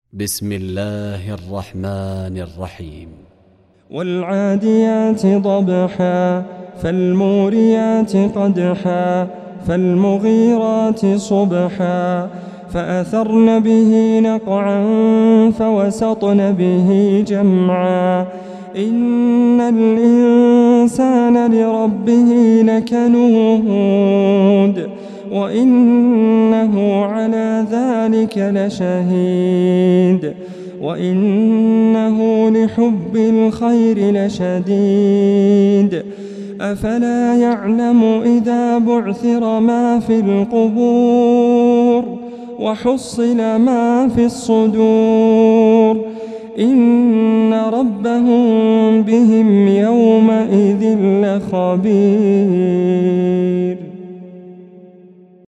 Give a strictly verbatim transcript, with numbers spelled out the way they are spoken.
بسم الله الرحمن الرحيم. والعاديات ضبحا فالموريات قدحا فالمغيرات صبحا فأثرن به نقعا فوسطن به جمعا إن الإنسان لربه لكنود وإنه على ذلك لشهيد وإنه لحب الخير لشديد أفلا يعلم إذا بعثر ما في القبور وحصل ما في الصدور إن ربهم بهم يومئذ لخبير.